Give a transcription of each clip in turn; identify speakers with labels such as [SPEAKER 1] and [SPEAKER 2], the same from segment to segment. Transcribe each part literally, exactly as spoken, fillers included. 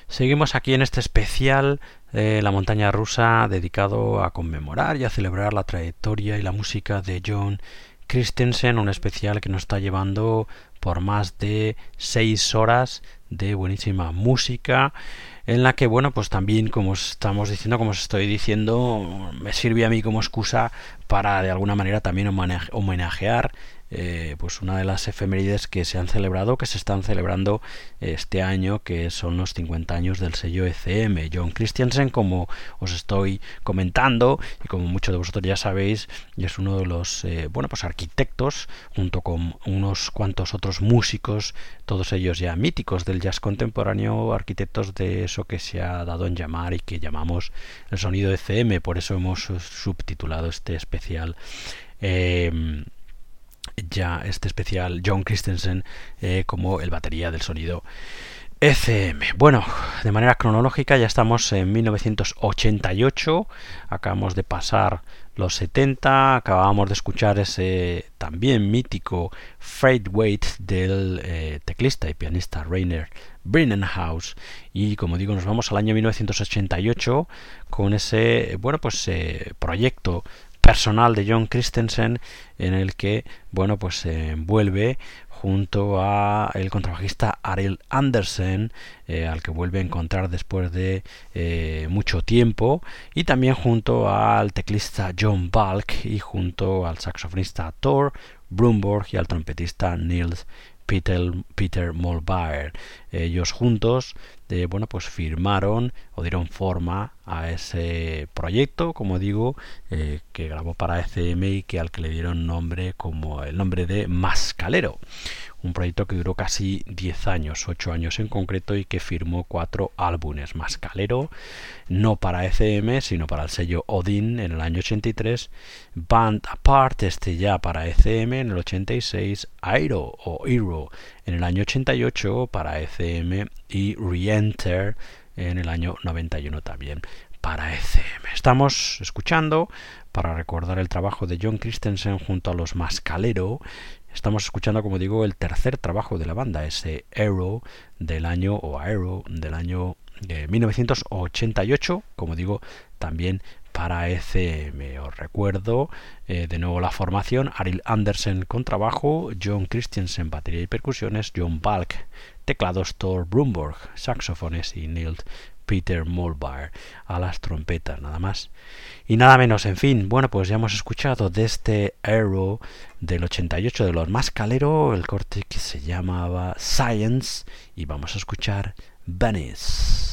[SPEAKER 1] Seguimos aquí en este especial eh, La montaña rusa dedicado a conmemorar y a celebrar la trayectoria y la música de John Christensen, un especial que nos está llevando por más de seis horas de buenísima música, en la que, bueno, pues también, como estamos diciendo, como os estoy diciendo, me sirve a mí como excusa para de alguna manera también homenajear eh, pues una de las efemérides que se han celebrado, que se están celebrando este año, que son los cincuenta años del sello E C M. John Christensen, como os estoy comentando y como muchos de vosotros ya sabéis, es uno de los eh, bueno pues arquitectos, junto con unos cuantos otros músicos, todos ellos ya míticos del jazz contemporáneo, arquitectos de eso que se ha dado en llamar y que llamamos el sonido E C M. Por eso hemos subtitulado este especial eh, ya este especial John Christensen eh, como el batería del sonido E C M. Bueno, de manera cronológica ya estamos en mil novecientos ochenta y ocho, acabamos de pasar los setenta, acabamos de escuchar ese también mítico Freight Weight del eh, teclista y pianista Rainer Brinnenhaus, y como digo nos vamos al año mil novecientos ochenta y ocho con ese bueno pues eh, proyecto personal de John Christensen, en el que bueno pues se envuelve junto a el contrabajista Arild Andersen, eh, al que vuelve a encontrar después de eh, mucho tiempo, y también junto al teclista John Balk y junto al saxofonista Thor Brumborg y al trompetista Niels Peter, Peter Molbauer. Ellos juntos eh, bueno pues firmaron o dieron forma a ese proyecto, como digo, eh, que grabó para E C M y que al que le dieron nombre como el nombre de Mascalero. Un proyecto que duró casi diez años, ocho años en concreto, y que firmó cuatro álbumes. Mascalero, no para E C M, sino para el sello Odin en el año ochenta y tres, Band Apart, este ya para E C M en el ochenta y seis, Aero o Hero en el año ochenta y ocho para E C M y Re-Enter en el año noventa y uno también para E C M. Estamos escuchando, para recordar el trabajo de John Christensen junto a los Mascalero, estamos escuchando, como digo, el tercer trabajo de la banda, ese Aero del año, o Aero del año de mil novecientos ochenta y ocho, como digo, también para E C M. Os recuerdo eh, de nuevo la formación: Arild Andersen contrabajo, John Christensen batería y percusiones, John Balk teclados, Thor Brumborg saxofones y Niels Peter Molbauer a las trompetas, nada más y nada menos. En fin, bueno, pues ya hemos escuchado de este Aero del ochenta y ocho de los Mascalero el corte que se llamaba Science, y vamos a escuchar Venice.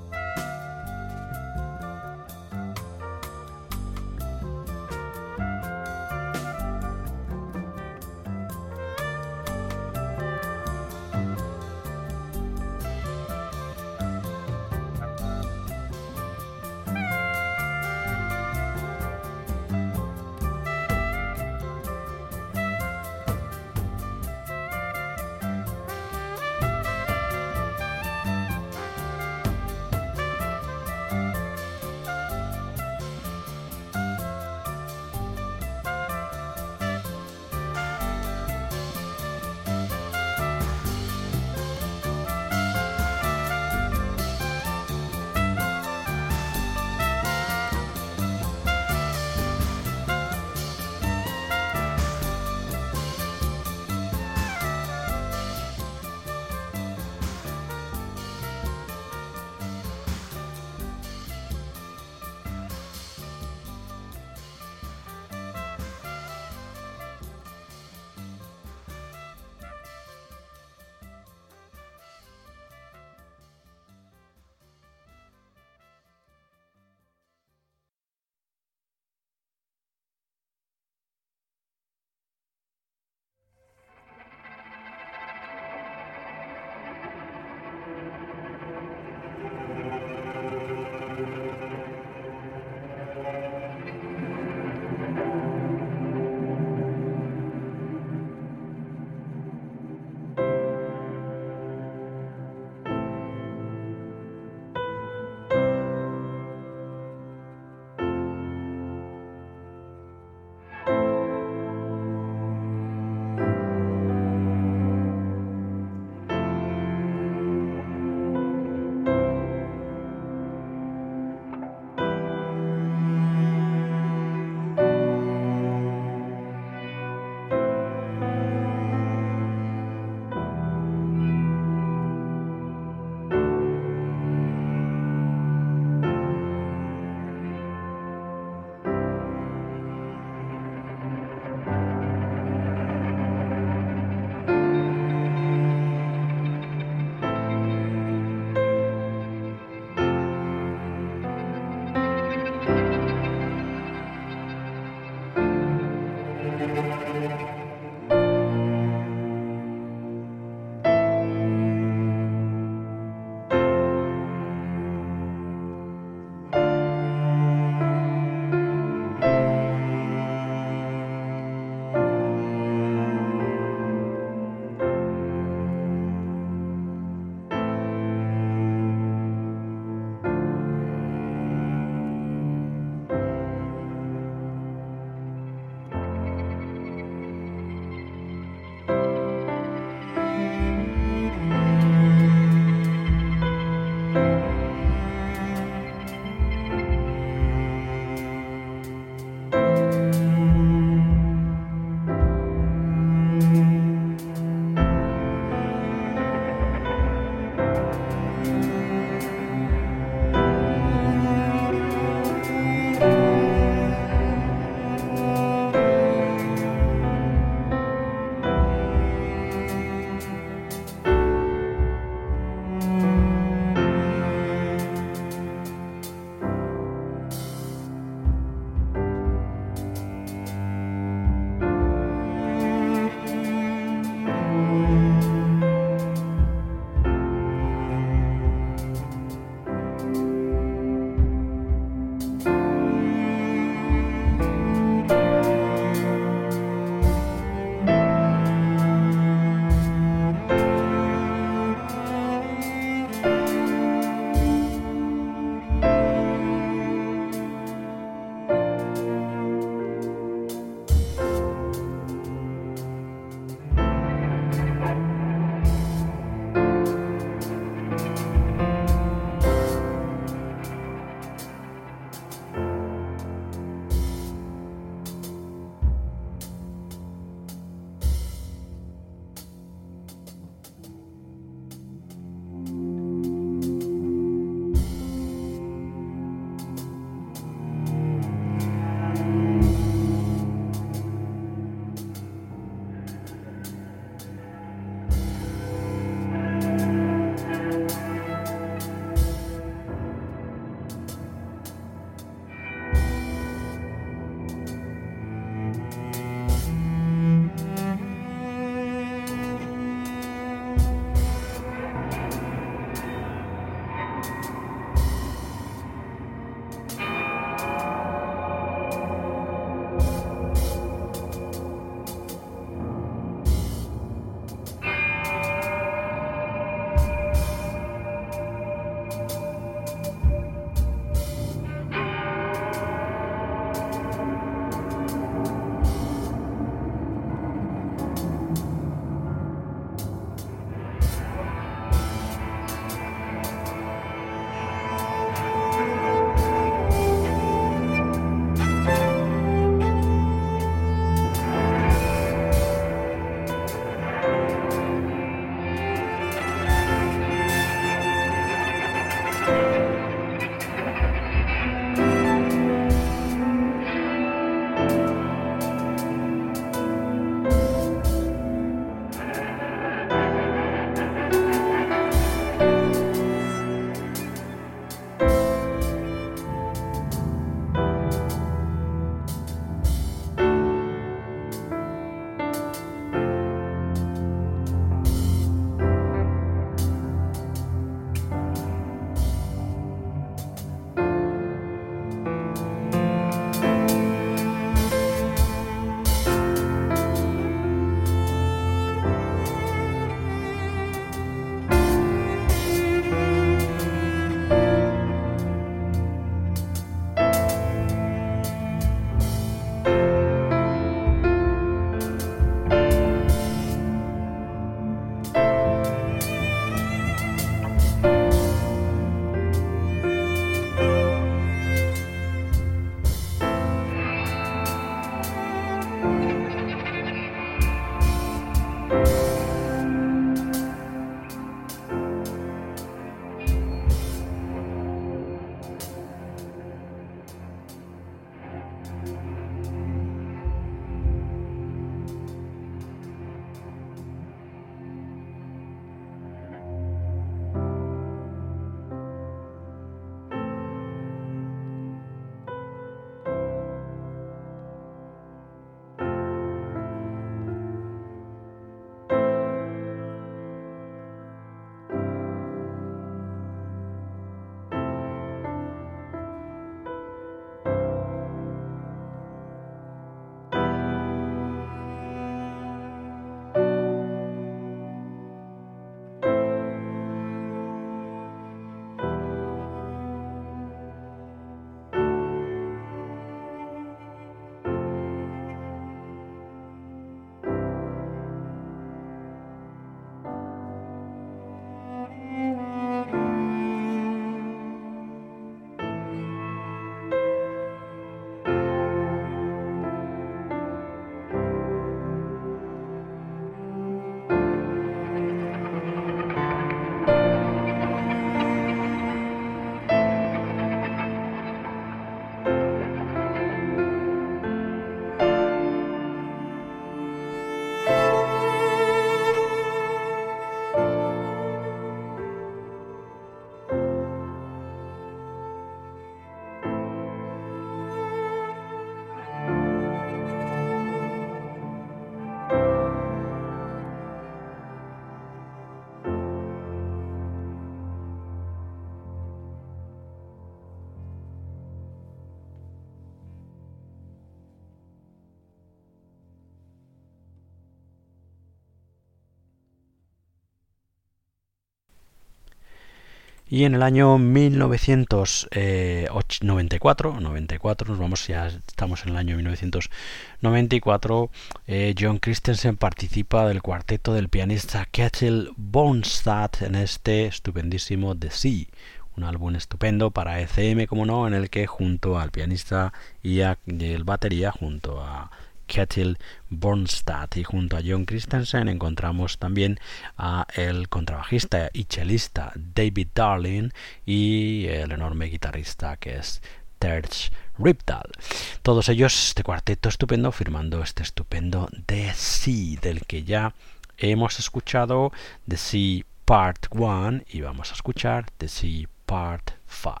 [SPEAKER 1] Y en el año mil novecientos noventa y cuatro, noventa y cuatro, nos vamos, ya estamos en el año mil novecientos noventa y cuatro, eh, John Christensen participa del cuarteto del pianista Kjetil Bjørnstad en este estupendísimo The Sea, un álbum estupendo para E C M, como no, en el que junto al pianista y, a, y el batería, junto a Kjetil Bjørnstad y junto a John Christensen encontramos también a el contrabajista y chelista David Darling y el enorme guitarrista que es Terje Rypdal. Todos ellos, este cuarteto estupendo, firmando este estupendo The Sea, del que ya hemos escuchado The Sea Part uno y vamos a escuchar The Sea Part cinco.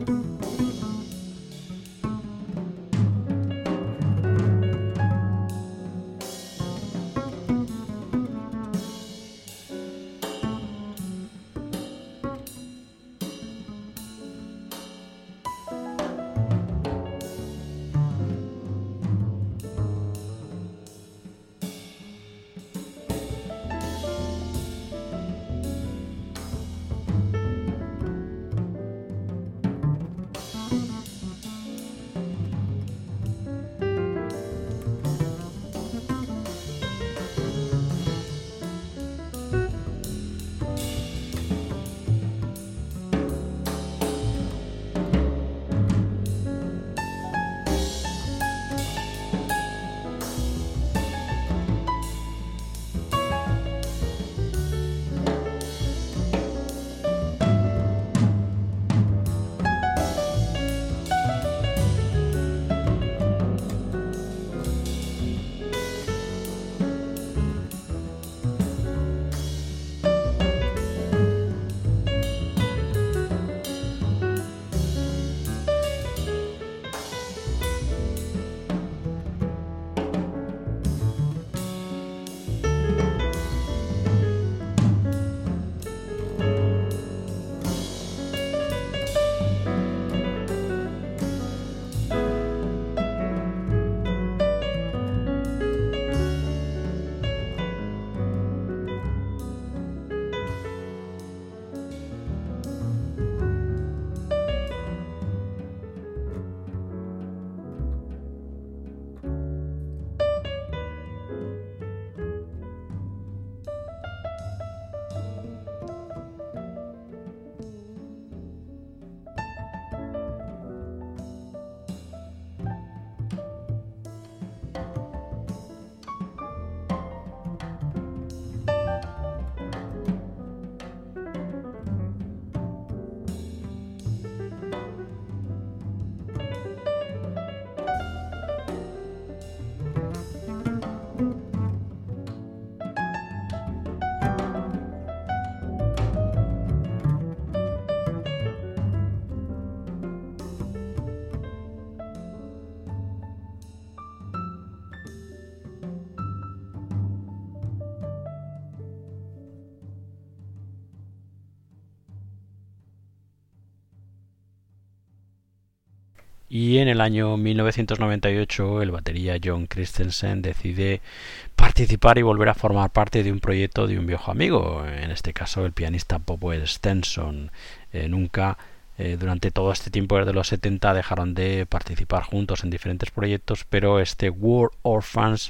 [SPEAKER 1] Y en el año mil novecientos noventa y ocho el batería John Christensen decide participar y volver a formar parte de un proyecto de un viejo amigo, en este caso el pianista Bob Stenson. Eh, nunca eh, durante todo este tiempo desde los setenta dejaron de participar juntos en diferentes proyectos, pero este War Orphans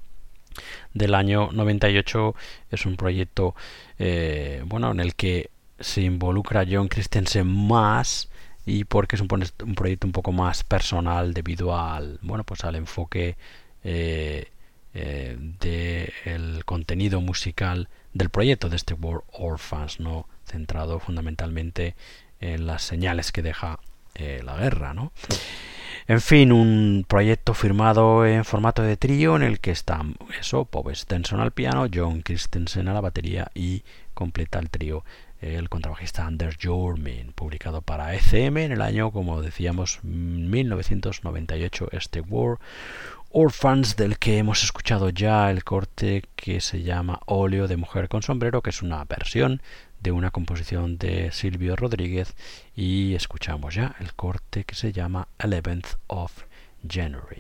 [SPEAKER 1] del año noventa y ocho es un proyecto eh, bueno, en el que se involucra John Christensen más, y porque es un, un proyecto un poco más personal debido al bueno pues al enfoque eh, eh, del contenido musical del proyecto de este War Orphans, no centrado fundamentalmente en las señales que deja eh, la guerra, ¿no? En fin, un proyecto firmado en formato de trío en el que está eso, Bob Stenson al piano, John Christensen a la batería y completa el trío el contrabajista Anders Jormin, publicado para E C M en el año, como decíamos, mil novecientos noventa y ocho, este War Orphans, del que hemos escuchado ya el corte que se llama Óleo de mujer con sombrero, que es una versión de una composición de Silvio Rodríguez, y escuchamos ya el corte que se llama eleventh of January.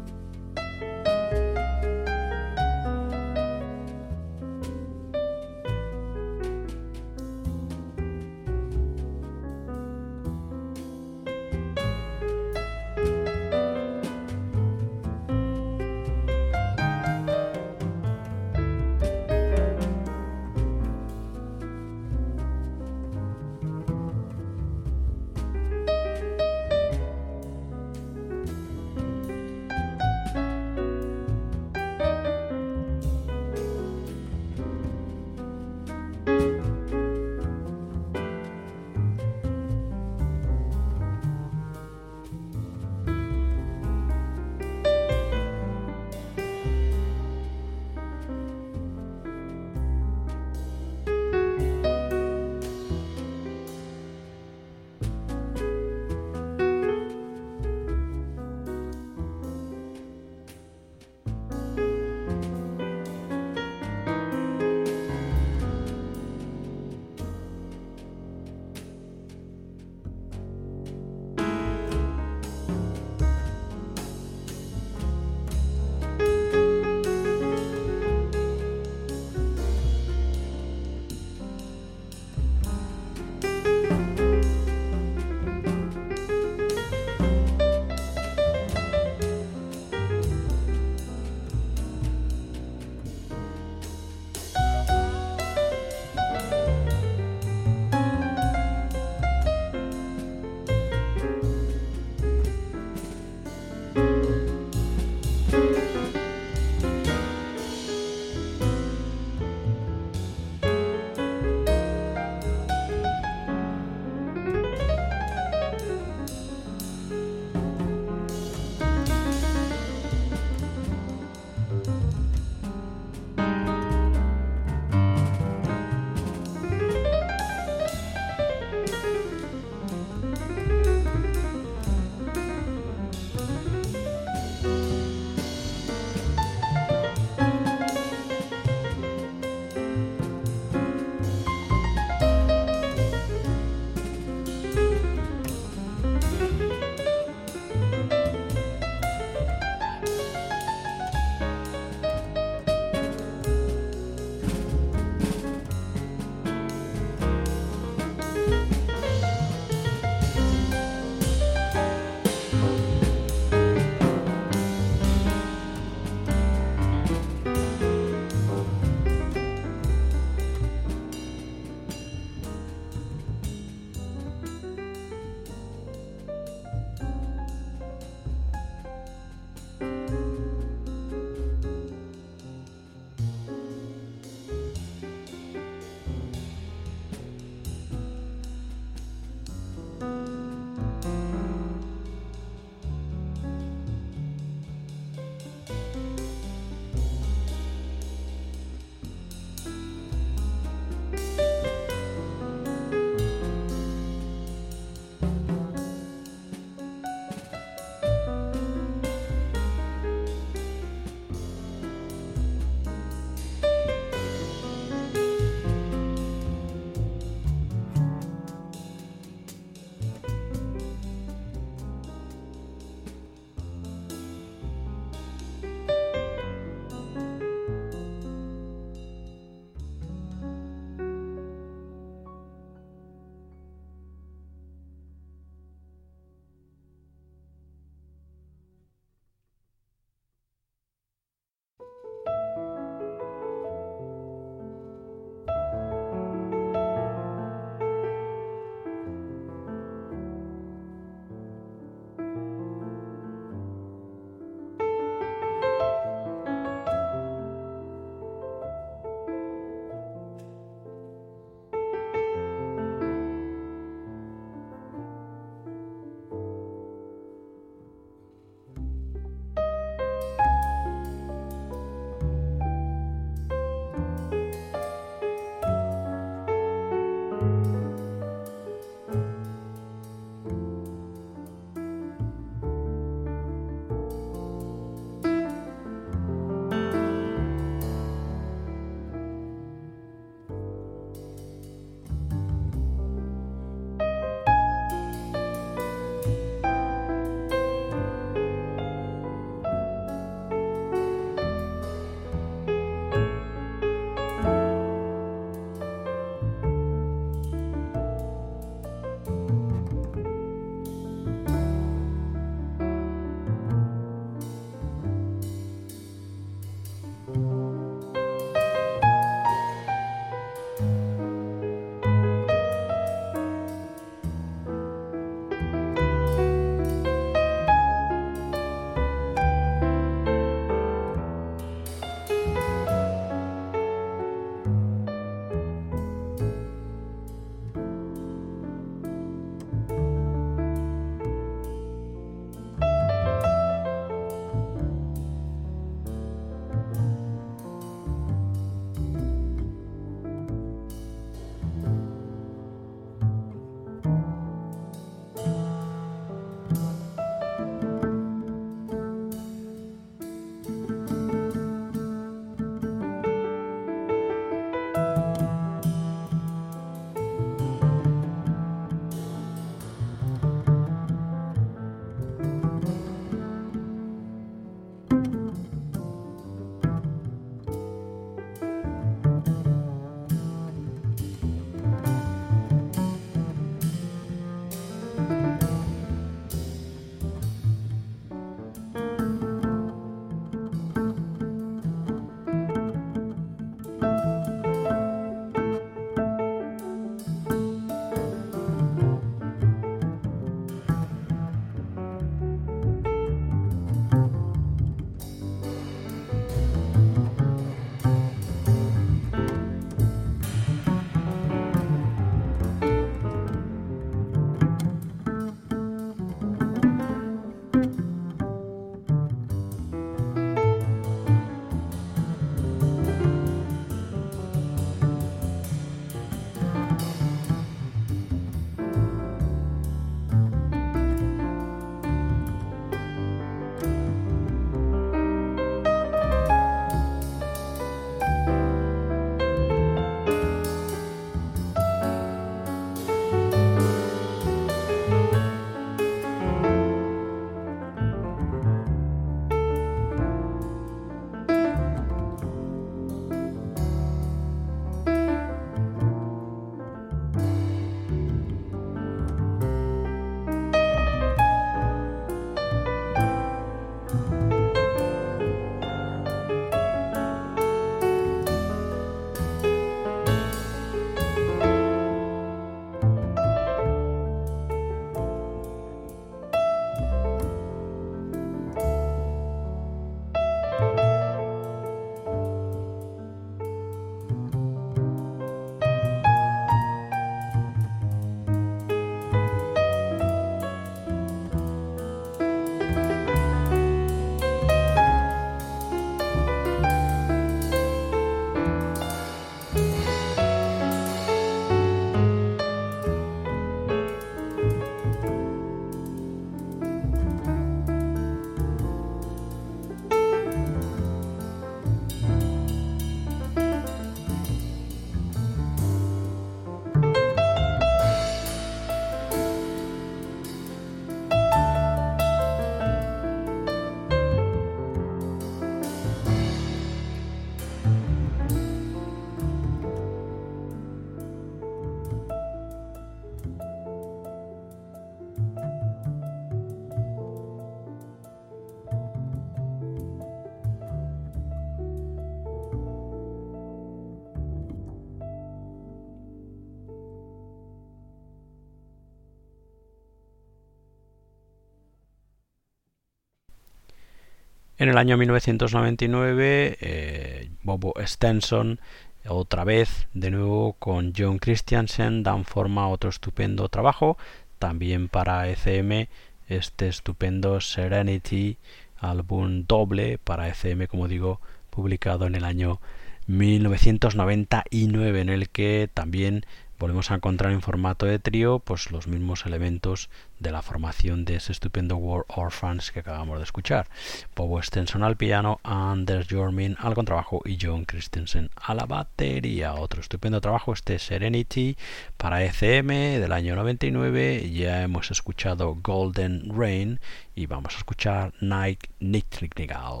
[SPEAKER 1] En el año mil novecientos noventa y nueve, eh, Bobo Stenson, otra vez, de nuevo con John Christiansen, dan forma a otro estupendo trabajo, también para E C M, este estupendo Serenity, álbum doble para E C M, como digo, publicado en el año mil novecientos noventa y nueve, en el que también volvemos a encontrar en formato de trío pues los mismos elementos de la formación de ese estupendo War Orphans que acabamos de escuchar. Bobo Stenson al piano, Anders Jormin al contrabajo y John Christensen a la batería. Otro estupendo trabajo, este Serenity para E C M del año noventa y nueve. Ya hemos escuchado Golden Rain y vamos a escuchar Night Nightingale.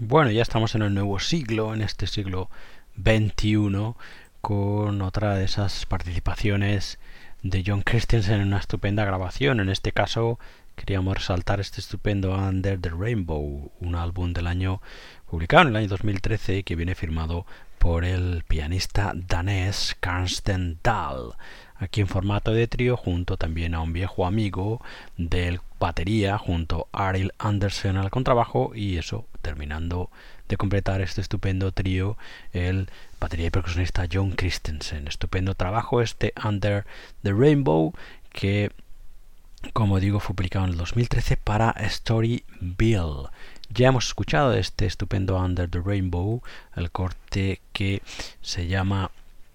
[SPEAKER 1] Bueno, ya estamos en el nuevo siglo, en este siglo veintiuno, con otra de esas participaciones de John Christensen en una estupenda grabación. En este caso queríamos resaltar este estupendo Under the Rainbow, un álbum del año publicado en el año dos mil trece que viene firmado por el pianista danés Carsten Dahl, aquí en formato de trío, junto también a un viejo amigo del batería, junto a Arild Andersen al contrabajo, y eso, terminando de completar este estupendo trío, el batería y percusionista John Christensen. Estupendo trabajo este Under the Rainbow, que, como digo, fue publicado en el dos mil trece para Story Bill. Ya hemos escuchado este estupendo Under the Rainbow, el corte que se llama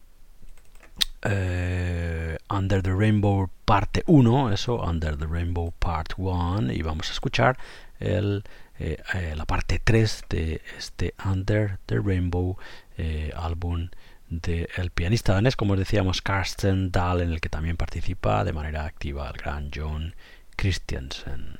[SPEAKER 1] eh, Under the Rainbow parte uno, eso, Under the Rainbow part uno, y vamos a escuchar el, eh, eh, la parte tres de este Under the Rainbow, eh, álbum del pianista danés, como os decíamos, Carsten Dahl, en el que también participa de manera activa el gran John Christensen.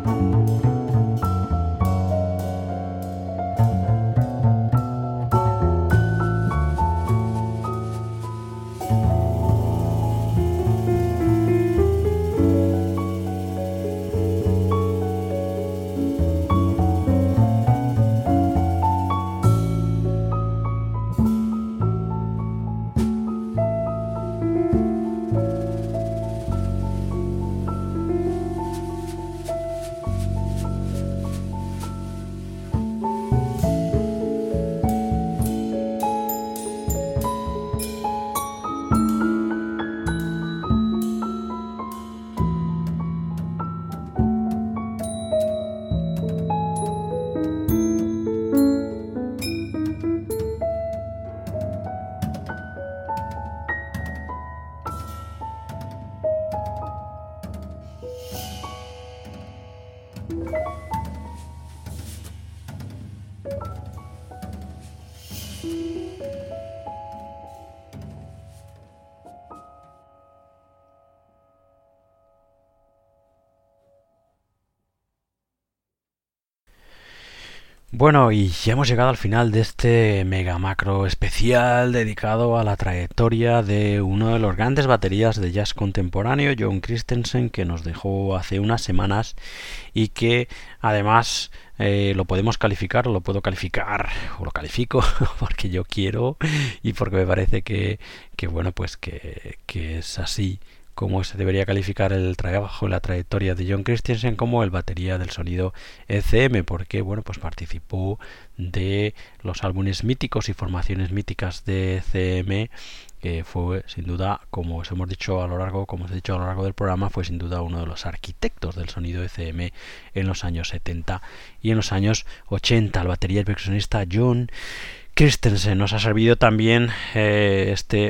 [SPEAKER 1] Bueno, y ya hemos llegado al final de este mega macro especial dedicado a la trayectoria de uno de los grandes baterías de jazz contemporáneo, John Christensen, que nos dejó hace unas semanas y que además eh, lo podemos calificar, o lo puedo calificar, o lo califico porque yo quiero y porque me parece que, que bueno, pues que, que es así como se debería calificar el trabajo, la trayectoria de John Christensen como el batería del sonido E C M, porque bueno, pues participó de los álbumes míticos y formaciones míticas de E C M, que fue sin duda, como os hemos dicho a lo largo, como os he dicho a lo largo del programa, fue sin duda uno de los arquitectos del sonido E C M en los años setenta y en los años ochenta. El batería y percusionista John Christensen. Nos ha servido también eh, este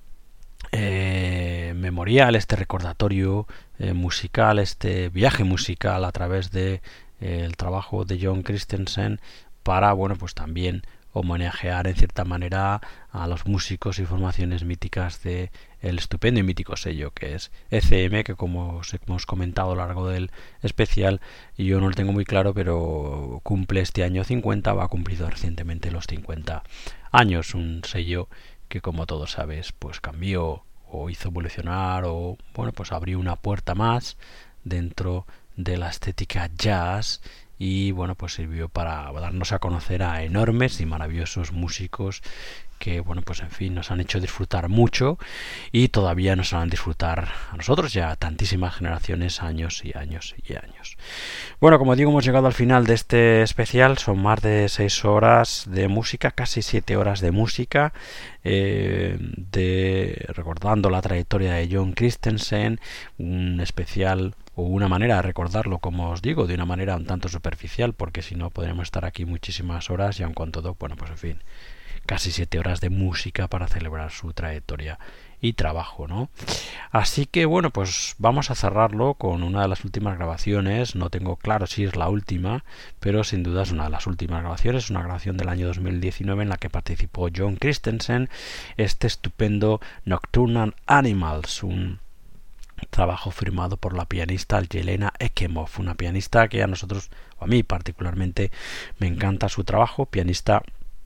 [SPEAKER 1] Eh, memorial, este recordatorio eh, musical, este viaje musical a través de eh, el trabajo de John Christensen para, bueno, pues también homenajear en cierta manera a los músicos y formaciones míticas de el estupendo y mítico sello que es E C M, que como os hemos comentado a lo largo del especial, y yo no lo tengo muy claro, pero cumple este año cincuenta, va a cumplir recientemente los cincuenta años, un sello que, como todos sabes, pues cambió o hizo evolucionar o bueno, pues abrió una puerta más dentro de la estética jazz y bueno, pues sirvió para darnos a conocer a enormes y maravillosos músicos que bueno, pues en fin, nos han hecho disfrutar mucho y todavía nos harán disfrutar a nosotros ya tantísimas generaciones, años y años y años. Bueno, como digo, hemos llegado al final de este especial. Son más de seis horas de música, casi siete horas de música, eh, de recordando la trayectoria de John Christensen, un especial o una manera de recordarlo, como os digo, de una manera un tanto superficial, porque si no podríamos estar aquí muchísimas horas y aun con todo, bueno, pues en fin, casi siete horas de música para celebrar su trayectoria y trabajo, ¿no? Así que bueno, pues vamos a cerrarlo con una de las últimas grabaciones. No tengo claro si es la última, pero sin duda es una de las últimas grabaciones, una grabación del año dos mil diecinueve en la que participó John Christensen, este estupendo Nocturnal Animals, un trabajo firmado por la pianista Yelena Ekemov, una pianista que a nosotros, o a mí particularmente, me encanta su trabajo, pianista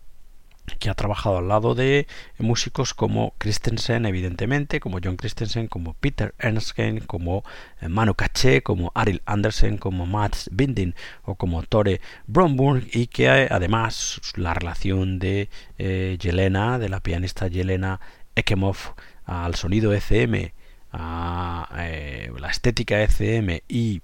[SPEAKER 1] que ha trabajado al lado de músicos como Christensen, evidentemente, como John Christensen, como Peter Ernstkein, como Manu Katché, como Arild Andersen, como Mats Binding o como Tore Bromburg, y que además la relación de eh, Yelena, de la pianista Yelena Ekemov, al sonido E C M, a eh, la estética E C M y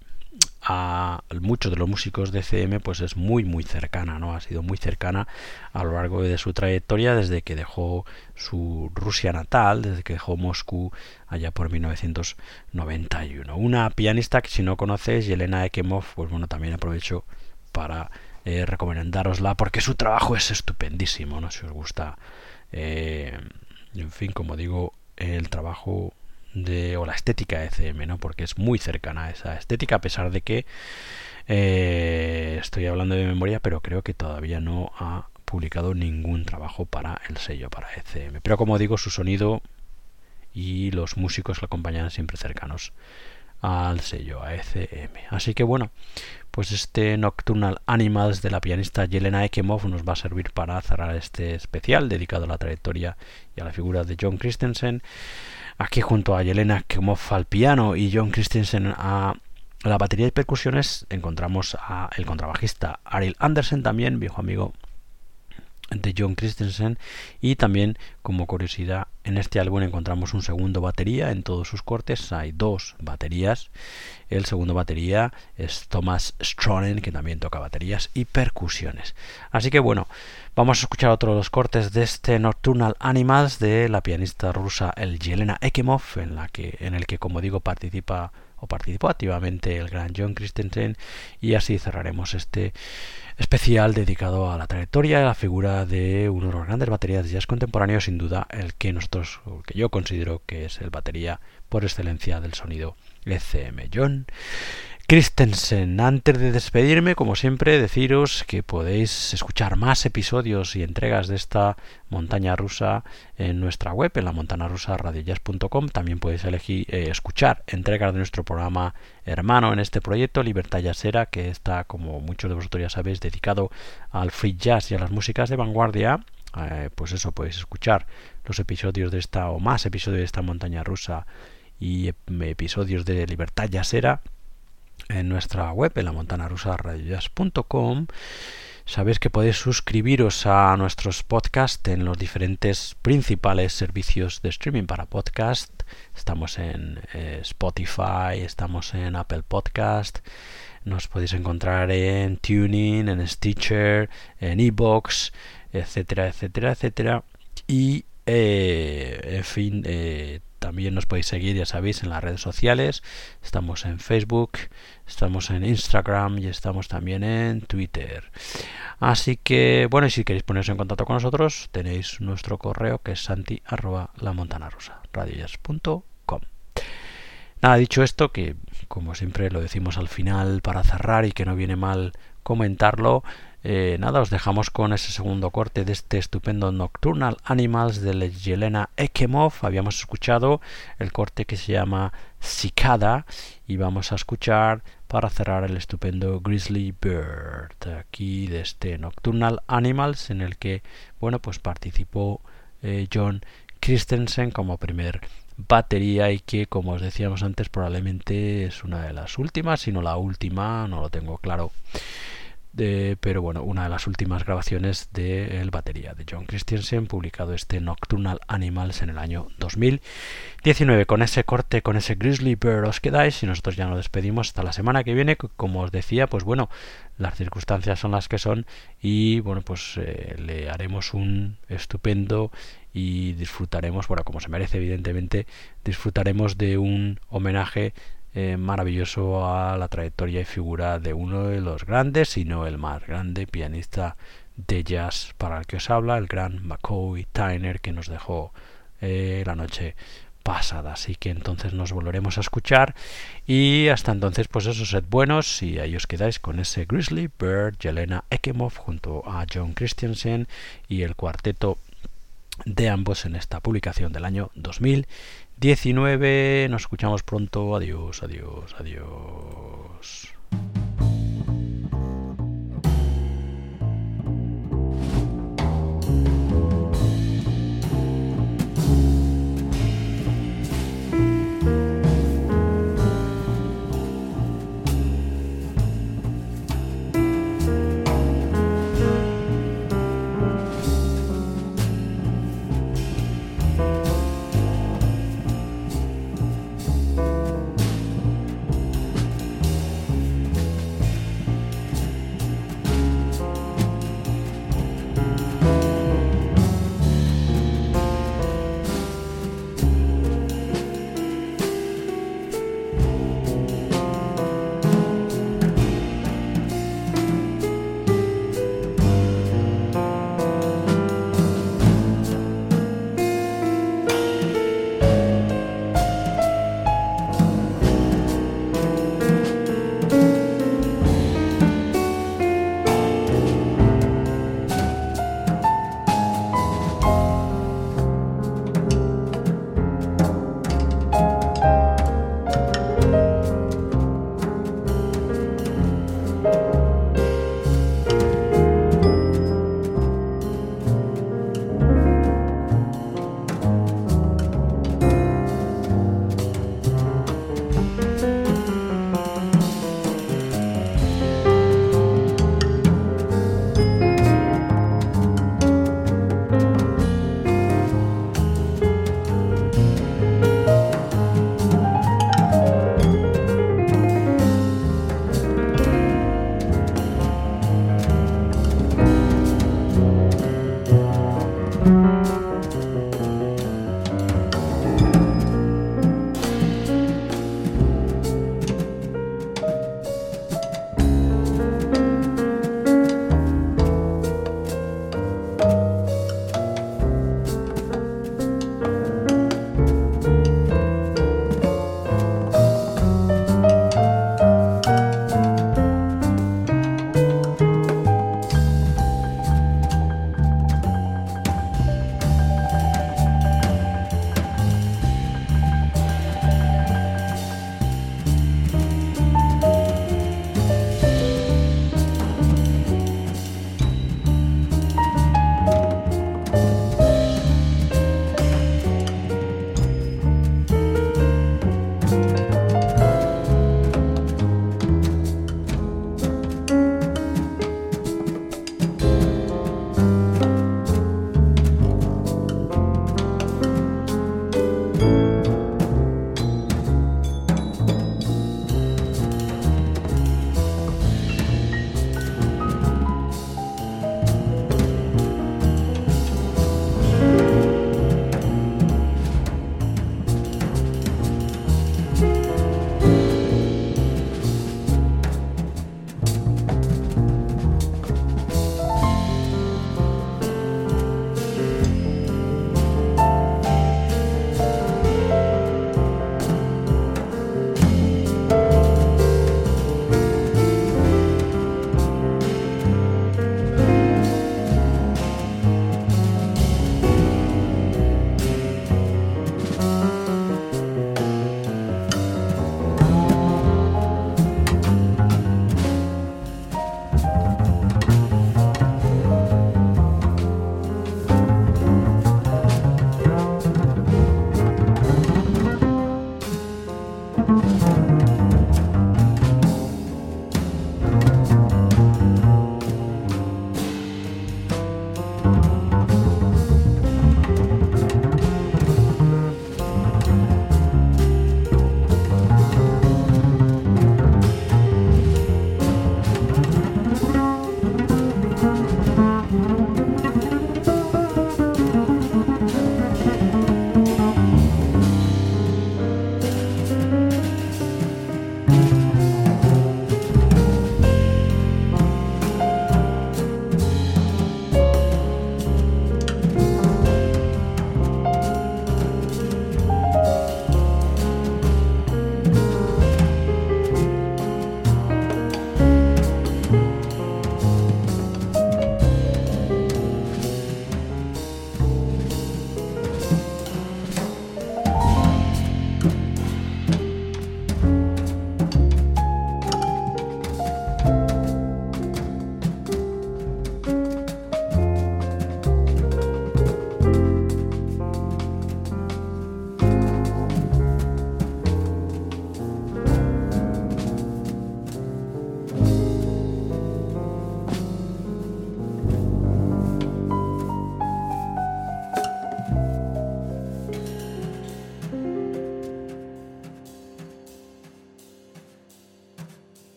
[SPEAKER 1] a muchos de los músicos de E C M, pues es muy muy cercana, ¿no? Ha sido muy cercana a lo largo de su trayectoria, desde que dejó su Rusia natal, desde que dejó Moscú allá por mil novecientos noventa y uno. Una pianista que, si no conoces, Yelena Ekemov, pues bueno, también aprovecho para eh, recomendárosla porque su trabajo es estupendísimo, ¿no? Si os gusta, eh, en fin, como digo, el trabajo de o la estética de E C M, ¿no? Porque es muy cercana a esa estética, a pesar de que eh, estoy hablando de memoria, pero creo que todavía no ha publicado ningún trabajo para el sello, para E C M. Pero como digo, su sonido y los músicos que la acompañan siempre cercanos al sello A C M. Así que bueno, pues este Nocturnal Animals de la pianista Jelena Ekimov nos va a servir para cerrar este especial dedicado a la trayectoria y a la figura de John Christensen. Aquí junto a Jelena Ekimov al piano y John Christensen a la batería y percusiones encontramos a el contrabajista Arild Andersen, también viejo amigo de John Christensen. Y también, como curiosidad, en este álbum encontramos un segundo batería en todos sus cortes. Hay dos baterías. El segundo batería es Thomas Stronen, que también toca baterías y percusiones. Así que bueno, vamos a escuchar otro de los cortes de este Nocturnal Animals de la pianista rusa el Jelena Ekimov, en la que en el que, como digo, participa o participó activamente el gran John Christensen. Y así cerraremos este especial dedicado a la trayectoria y a la figura de uno de los grandes baterías de jazz contemporáneo, sin duda el que nosotros, o el que yo considero que es el batería por excelencia del sonido E C M, John Christensen. Antes de despedirme, como siempre, deciros que podéis escuchar más episodios y entregas de esta montaña rusa en nuestra web, en la montana rusa radio jazz punto com. También podéis elegir eh, escuchar entregas de nuestro programa hermano en este proyecto, Libertad Jazzera, que está, como muchos de vosotros ya sabéis, dedicado al free jazz y a las músicas de vanguardia. Eh, pues eso, podéis escuchar los episodios de esta, o más episodios de esta montaña rusa y episodios de Libertad Jazzera en nuestra web, en la montana rusa radio jazz punto com. Sabéis que podéis suscribiros a nuestros podcasts en los diferentes principales servicios de streaming para podcast. Estamos en eh, Spotify, estamos en Apple Podcast, nos podéis encontrar en TuneIn, en Stitcher, en iVoox, etcétera, etcétera, etcétera. Y eh, en fin, eh, también nos podéis seguir, ya sabéis, en las redes sociales. Estamos en Facebook, estamos en Instagram y estamos también en Twitter. Así que, bueno, y si queréis poneros en contacto con nosotros, tenéis nuestro correo, que es santi arroba la montana rusa radio jazz punto com. Nada, dicho esto, que como siempre lo decimos al final para cerrar y que no viene mal comentarlo, Eh, nada, os dejamos con ese segundo corte de este estupendo Nocturnal Animals de Jelena Ekimov. Habíamos escuchado el corte que se llama Cicada y vamos a escuchar para cerrar el estupendo Grizzly Bird, aquí de este Nocturnal Animals, en el que, bueno, pues participó eh, John Christensen como primer batería, y que, como os decíamos antes, probablemente es una de las últimas, si no la última, no lo tengo claro. De, pero bueno, una de las últimas grabaciones de el batería de John Christensen, publicado este Nocturnal Animals en el año dos mil diecinueve. Con ese corte, con ese Grizzly Bird os quedáis y nosotros ya nos despedimos hasta la semana que viene. Como os decía, pues bueno, las circunstancias son las que son y bueno, pues eh, le haremos un estupendo y disfrutaremos, bueno, como se merece evidentemente, disfrutaremos de un homenaje Eh, maravilloso a la trayectoria y figura de uno de los grandes, si no el más grande pianista de jazz para el que os habla, el gran McCoy Tyner, que nos dejó eh, la noche pasada. Así que entonces nos volveremos a escuchar y hasta entonces, pues eso, sed buenos y ahí os quedáis con ese Grizzly Bird, Jelena Ekimov junto a John Christensen y el cuarteto de ambos en esta publicación del año dos mil diecinueve. Nos escuchamos pronto. Adiós, adiós, adiós.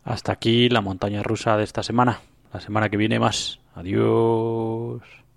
[SPEAKER 1] Hasta aquí la montaña rusa de esta semana. La semana que viene más. Adiós.